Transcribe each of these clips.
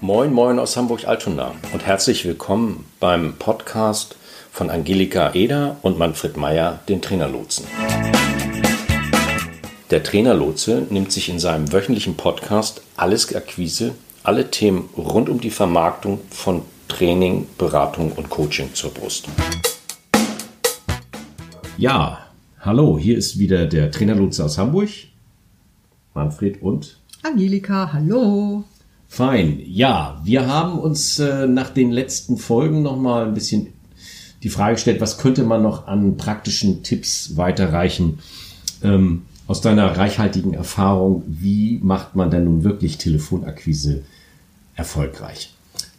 Moin Moin aus Hamburg-Altona und herzlich willkommen beim Podcast von Angelika Eder und Manfred Meyer, den Trainerlotsen. Der Trainerlotse nimmt sich in seinem wöchentlichen Podcast alles Akquise, alle Themen rund um die Vermarktung von Training, Beratung und Coaching zur Brust. Ja, hallo, hier ist wieder der Trainerlotse aus Hamburg, Manfred und Angelika, hallo. Fein. Ja, wir haben uns nach den letzten Folgen nochmal ein bisschen die Frage gestellt, was könnte man noch an praktischen Tipps weiterreichen aus deiner reichhaltigen Erfahrung, wie macht man denn nun wirklich Telefonakquise erfolgreich?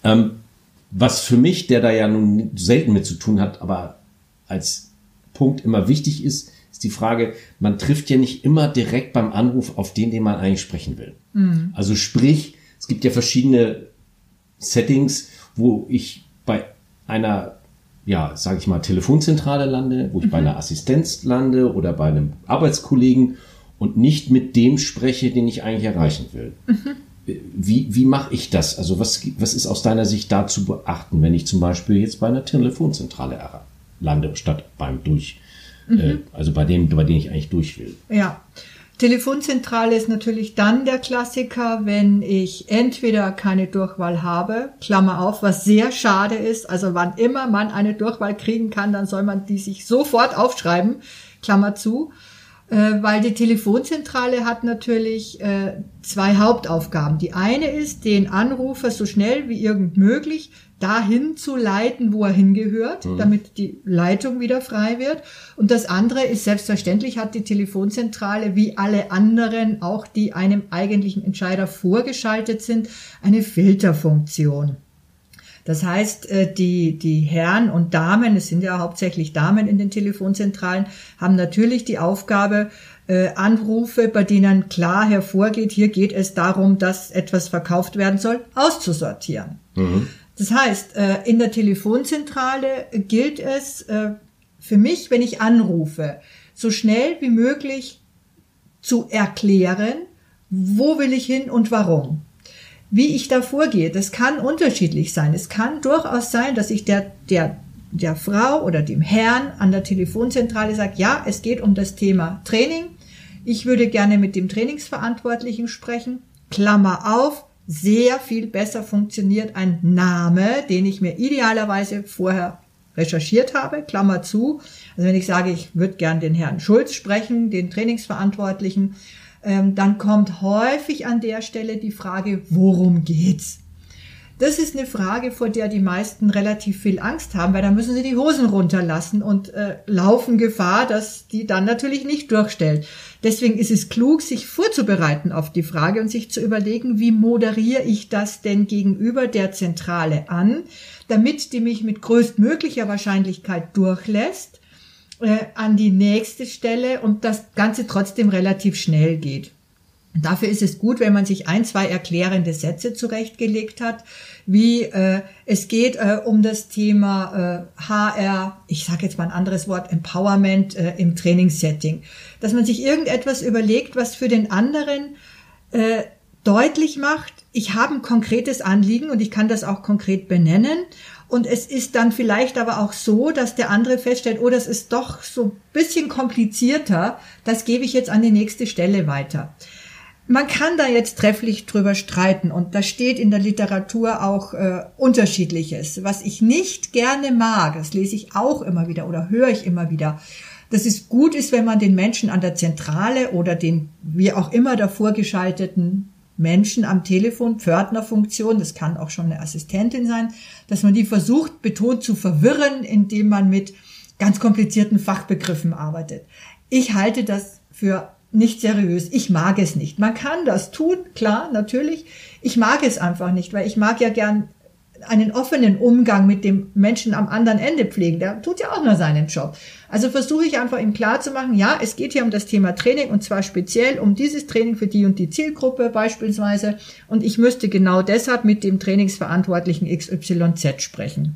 Was für mich, der da ja nun selten mit zu tun hat, aber als Punkt immer wichtig ist, ist die Frage, man trifft ja nicht immer direkt beim Anruf auf den man eigentlich sprechen will. Mhm. Also sprich, es gibt ja verschiedene Settings, wo ich bei einer, ja, sage ich mal, Telefonzentrale lande, wo ich bei einer Assistenz lande oder bei einem Arbeitskollegen und nicht mit dem spreche, den ich eigentlich erreichen will. Wie mache ich das? Also was ist aus deiner Sicht da zu beachten, wenn ich zum Beispiel jetzt bei einer Telefonzentrale lande, statt also bei denen ich eigentlich durch will? Ja. Telefonzentrale ist natürlich dann der Klassiker, wenn ich entweder keine Durchwahl habe, Klammer auf, was sehr schade ist, also wann immer man eine Durchwahl kriegen kann, dann soll man die sich sofort aufschreiben, Klammer zu, weil die Telefonzentrale hat natürlich zwei Hauptaufgaben. Die eine ist, den Anrufer so schnell wie irgend möglich dahin zu leiten, wo er hingehört, damit die Leitung wieder frei wird. Und das andere ist, selbstverständlich hat die Telefonzentrale, wie alle anderen, auch die einem eigentlichen Entscheider vorgeschaltet sind, eine Filterfunktion. Das heißt, die Herren und Damen, es sind ja hauptsächlich Damen in den Telefonzentralen, haben natürlich die Aufgabe, Anrufe, bei denen klar hervorgeht, hier geht es darum, dass etwas verkauft werden soll, auszusortieren. Mhm. Das heißt, in der Telefonzentrale gilt es für mich, wenn ich anrufe, so schnell wie möglich zu erklären, wo will ich hin und warum. Wie ich da vorgehe, das kann unterschiedlich sein. Es kann durchaus sein, dass ich der Frau oder dem Herrn an der Telefonzentrale sage, ja, es geht um das Thema Training. Ich würde gerne mit dem Trainingsverantwortlichen sprechen. Klammer auf. Sehr viel besser funktioniert ein Name, den ich mir idealerweise vorher recherchiert habe, Klammer zu. Also wenn ich sage, ich würde gern den Herrn Schulz sprechen, den Trainingsverantwortlichen, dann kommt häufig an der Stelle die Frage, worum geht's? Das ist eine Frage, vor der die meisten relativ viel Angst haben, weil da müssen sie die Hosen runterlassen und laufen Gefahr, dass die dann natürlich nicht durchstellt. Deswegen ist es klug, sich vorzubereiten auf die Frage und sich zu überlegen, wie moderiere ich das denn gegenüber der Zentrale an, damit die mich mit größtmöglicher Wahrscheinlichkeit durchlässt an die nächste Stelle und das Ganze trotzdem relativ schnell geht. Dafür ist es gut, wenn man sich 1-2 erklärende Sätze zurechtgelegt hat, wie es geht um das Thema HR, ich sage jetzt mal ein anderes Wort, Empowerment im Trainingssetting. Dass man sich irgendetwas überlegt, was für den anderen deutlich macht, ich habe ein konkretes Anliegen und ich kann das auch konkret benennen. Und es ist dann vielleicht aber auch so, dass der andere feststellt, oh, das ist doch so ein bisschen komplizierter, das gebe ich jetzt an die nächste Stelle weiter. Man kann da jetzt trefflich drüber streiten und da steht in der Literatur auch Unterschiedliches. Was ich nicht gerne mag, das lese ich auch immer wieder oder höre ich immer wieder, dass es gut ist, wenn man den Menschen an der Zentrale oder den wie auch immer davor geschalteten Menschen am Telefon, Pförtnerfunktion, das kann auch schon eine Assistentin sein, dass man die versucht, betont zu verwirren, indem man mit ganz komplizierten Fachbegriffen arbeitet. Ich halte das für nicht seriös. Ich mag es nicht. Man kann das tun, klar, natürlich. Ich mag es einfach nicht, weil ich mag ja gern einen offenen Umgang mit dem Menschen am anderen Ende pflegen. Der tut ja auch nur seinen Job. Also versuche ich einfach ihm klarzumachen, ja, es geht hier um das Thema Training und zwar speziell um dieses Training für die und die Zielgruppe beispielsweise und ich müsste genau deshalb mit dem Trainingsverantwortlichen XYZ sprechen.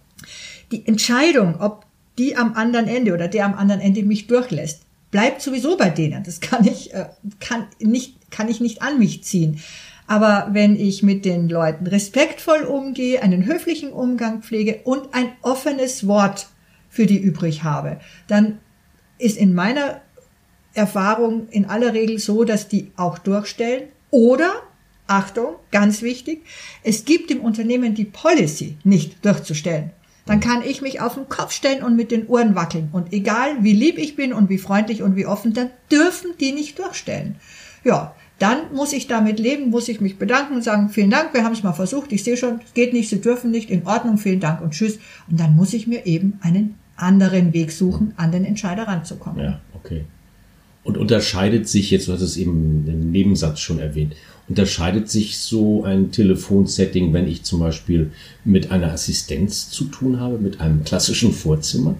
Die Entscheidung, ob die am anderen Ende oder der am anderen Ende mich durchlässt, bleibt sowieso bei denen. Das kann ich nicht an mich ziehen. Aber wenn ich mit den Leuten respektvoll umgehe, einen höflichen Umgang pflege und ein offenes Wort für die übrig habe, dann ist in meiner Erfahrung in aller Regel so, dass die auch durchstellen. Oder, Achtung, ganz wichtig, es gibt im Unternehmen die Policy, nicht durchzustellen. Dann kann ich mich auf den Kopf stellen und mit den Ohren wackeln. Und egal, wie lieb ich bin und wie freundlich und wie offen, dann dürfen die nicht durchstellen. Ja, dann muss ich damit leben, muss ich mich bedanken und sagen, vielen Dank, wir haben es mal versucht, ich sehe schon, es geht nicht, Sie dürfen nicht, in Ordnung, vielen Dank und tschüss. Und dann muss ich mir eben einen anderen Weg suchen, an den Entscheider ranzukommen. Ja, okay. Und unterscheidet sich jetzt, du hast es eben im Nebensatz schon erwähnt, unterscheidet sich so ein Telefonsetting, wenn ich zum Beispiel mit einer Assistenz zu tun habe, mit einem klassischen Vorzimmer?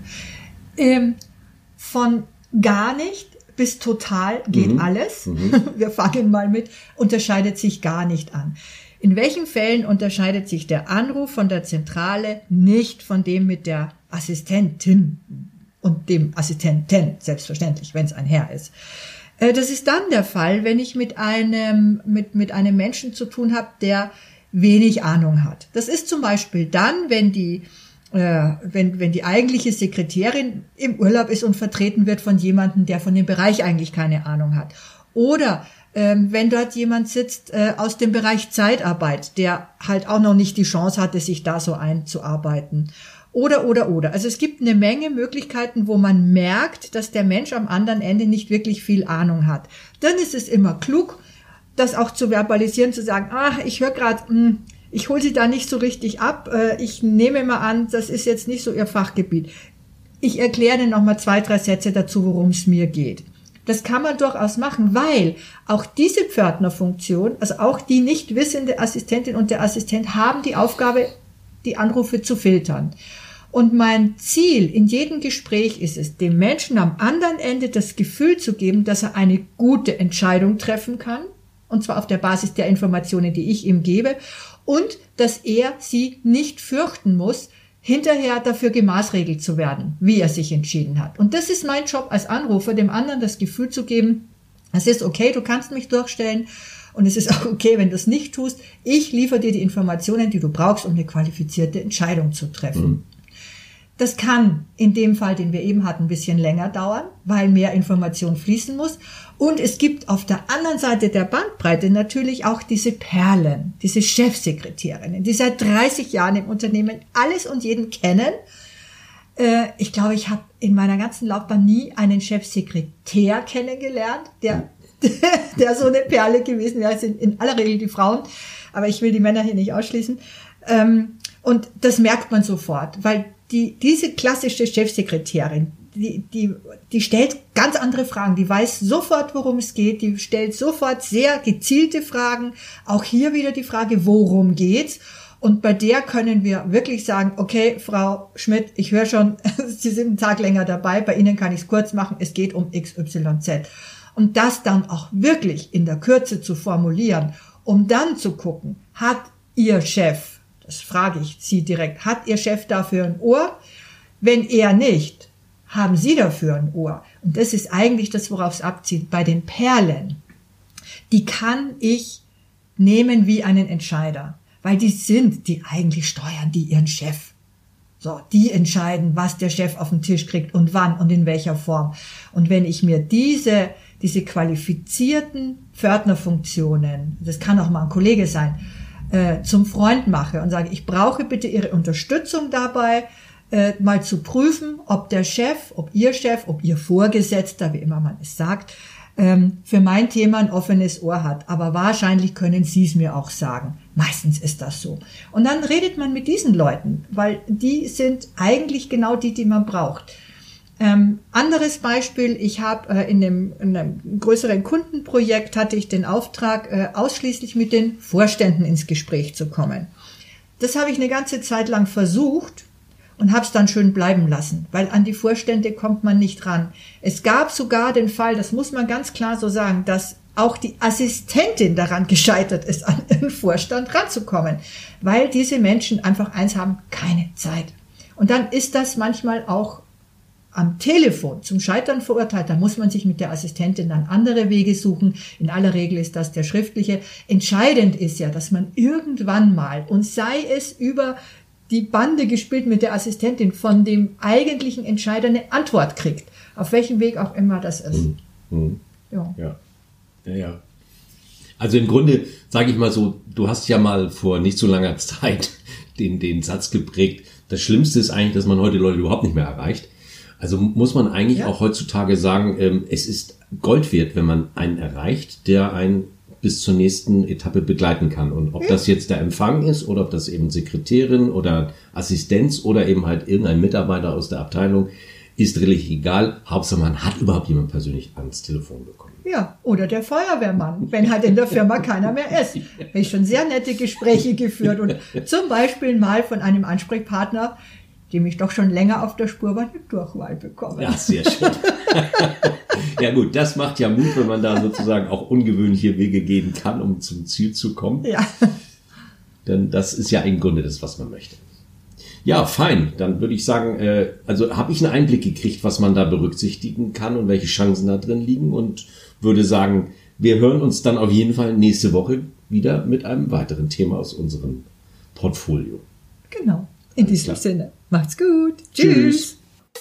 Von gar nicht bis total geht alles. Wir fangen mal mit, unterscheidet sich gar nicht an. In welchen Fällen unterscheidet sich der Anruf von der Zentrale nicht von dem mit der Assistentin und dem Assistenten, selbstverständlich, wenn es ein Herr ist. Das ist dann der Fall, wenn ich mit einem Menschen zu tun habe, der wenig Ahnung hat. Das ist zum Beispiel dann, wenn die eigentliche Sekretärin im Urlaub ist und vertreten wird von jemandem, der von dem Bereich eigentlich keine Ahnung hat. Oder wenn dort jemand sitzt aus dem Bereich Zeitarbeit, der halt auch noch nicht die Chance hatte, sich da so einzuarbeiten. Oder. Also es gibt eine Menge Möglichkeiten, wo man merkt, dass der Mensch am anderen Ende nicht wirklich viel Ahnung hat. Dann ist es immer klug, das auch zu verbalisieren, zu sagen, ich höre gerade, ich hole Sie da nicht so richtig ab, ich nehme mal an, das ist jetzt nicht so Ihr Fachgebiet. Ich erkläre Ihnen nochmal 2, 3 Sätze dazu, worum es mir geht. Das kann man durchaus machen, weil auch diese Pförtnerfunktion, also auch die nicht wissende Assistentin und der Assistent haben die Aufgabe, die Anrufe zu filtern. Und mein Ziel in jedem Gespräch ist es, dem Menschen am anderen Ende das Gefühl zu geben, dass er eine gute Entscheidung treffen kann, und zwar auf der Basis der Informationen, die ich ihm gebe, und dass er sie nicht fürchten muss, hinterher dafür gemaßregelt zu werden, wie er sich entschieden hat. Und das ist mein Job als Anrufer, dem anderen das Gefühl zu geben, es ist okay, du kannst mich durchstellen und es ist auch okay, wenn du es nicht tust. Ich liefere dir die Informationen, die du brauchst, um eine qualifizierte Entscheidung zu treffen. Das kann in dem Fall, den wir eben hatten, ein bisschen länger dauern, weil mehr Information fließen muss. Und es gibt auf der anderen Seite der Bandbreite natürlich auch diese Perlen, diese Chefsekretärinnen, die seit 30 Jahren im Unternehmen alles und jeden kennen. Ich glaube, ich habe in meiner ganzen Laufbahn nie einen Chefsekretär kennengelernt, der so eine Perle gewesen wäre. Das sind in aller Regel die Frauen, aber ich will die Männer hier nicht ausschließen. Und das merkt man sofort, weil diese klassische Chefsekretärin, die stellt ganz andere Fragen, die weiß sofort, worum es geht, die stellt sofort sehr gezielte Fragen, auch hier wieder die Frage, worum geht's? Und bei der können wir wirklich sagen, okay, Frau Schmidt, ich höre schon, Sie sind einen Tag länger dabei, bei Ihnen kann ich es kurz machen, es geht um XYZ. Und das dann auch wirklich in der Kürze zu formulieren, um dann zu gucken, hat Ihr Chef, das frage ich Sie direkt, hat Ihr Chef dafür ein Ohr? Wenn er nicht, haben Sie dafür ein Ohr? Und das ist eigentlich das, worauf es abzieht. Bei den Perlen, die kann ich nehmen wie einen Entscheider, weil die eigentlich steuern die ihren Chef. So, die entscheiden, was der Chef auf den Tisch kriegt und wann und in welcher Form. Und wenn ich mir diese qualifizierten Pförtnerfunktionen, das kann auch mal ein Kollege sein, zum Freund mache und sage, ich brauche bitte Ihre Unterstützung dabei, mal zu prüfen, ob der Chef, ob Ihr Chef, ob Ihr Vorgesetzter, wie immer man es sagt, für mein Thema ein offenes Ohr hat. Aber wahrscheinlich können Sie es mir auch sagen. Meistens ist das so. Und dann redet man mit diesen Leuten, weil die sind eigentlich genau die man braucht. Anderes Beispiel, ich habe in einem größeren Kundenprojekt hatte ich den Auftrag, ausschließlich mit den Vorständen ins Gespräch zu kommen. Das habe ich eine ganze Zeit lang versucht und habe es dann schön bleiben lassen, weil an die Vorstände kommt man nicht ran. Es gab sogar den Fall, das muss man ganz klar so sagen, dass auch die Assistentin daran gescheitert ist, an den Vorstand ranzukommen, weil diese Menschen einfach eins haben, keine Zeit. Und dann ist das manchmal auch am Telefon zum Scheitern verurteilt, dann muss man sich mit der Assistentin dann andere Wege suchen. In aller Regel ist das der schriftliche. Entscheidend ist ja, dass man irgendwann mal, und sei es über die Bande gespielt mit der Assistentin, von dem eigentlichen Entscheider eine Antwort kriegt. Auf welchem Weg auch immer das ist. Ja. Also im Grunde, sage ich mal so, du hast ja mal vor nicht so langer Zeit den Satz geprägt, das Schlimmste ist eigentlich, dass man heute Leute überhaupt nicht mehr erreicht. Also muss man eigentlich auch heutzutage sagen, es ist Gold wert, wenn man einen erreicht, der einen bis zur nächsten Etappe begleiten kann. Und ob das jetzt der Empfang ist oder ob das eben Sekretärin oder Assistenz oder eben halt irgendein Mitarbeiter aus der Abteilung, ist relativ egal. Hauptsache man hat überhaupt jemand persönlich ans Telefon bekommen. Ja, oder der Feuerwehrmann, wenn halt in der Firma keiner mehr ist. Habe ich schon sehr nette Gespräche geführt und zum Beispiel mal von einem Ansprechpartner, dem ich doch schon länger auf der Spur war, eine Durchwahl bekommen. Ja, sehr schön. Ja gut, das macht ja Mut, wenn man da sozusagen auch ungewöhnliche Wege gehen kann, um zum Ziel zu kommen. Ja. Denn das ist ja im Grunde das, was man möchte. Ja, fein. Dann würde ich sagen, also habe ich einen Einblick gekriegt, was man da berücksichtigen kann und welche Chancen da drin liegen und würde sagen, wir hören uns dann auf jeden Fall nächste Woche wieder mit einem weiteren Thema aus unserem Portfolio. Genau. In diesem Sinne. Macht's gut. Tschüss.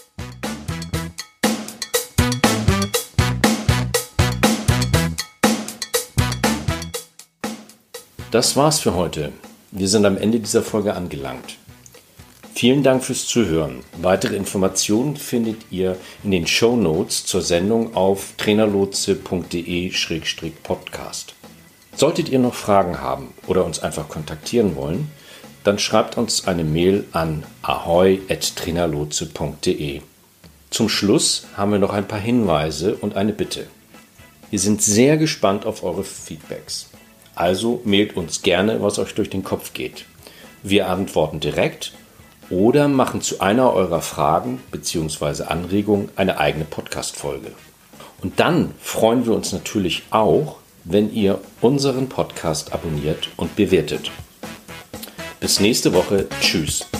Das war's für heute. Wir sind am Ende dieser Folge angelangt. Vielen Dank fürs Zuhören. Weitere Informationen findet ihr in den Shownotes zur Sendung auf trainerlotse.de/podcast. Solltet ihr noch Fragen haben oder uns einfach kontaktieren wollen, dann schreibt uns eine Mail an ahoi@trainerlotse.de. Zum Schluss haben wir noch ein paar Hinweise und eine Bitte. Wir sind sehr gespannt auf eure Feedbacks. Also mailt uns gerne, was euch durch den Kopf geht. Wir antworten direkt oder machen zu einer eurer Fragen bzw. Anregungen eine eigene Podcast-Folge. Und dann freuen wir uns natürlich auch, wenn ihr unseren Podcast abonniert und bewertet. Bis nächste Woche. Tschüss.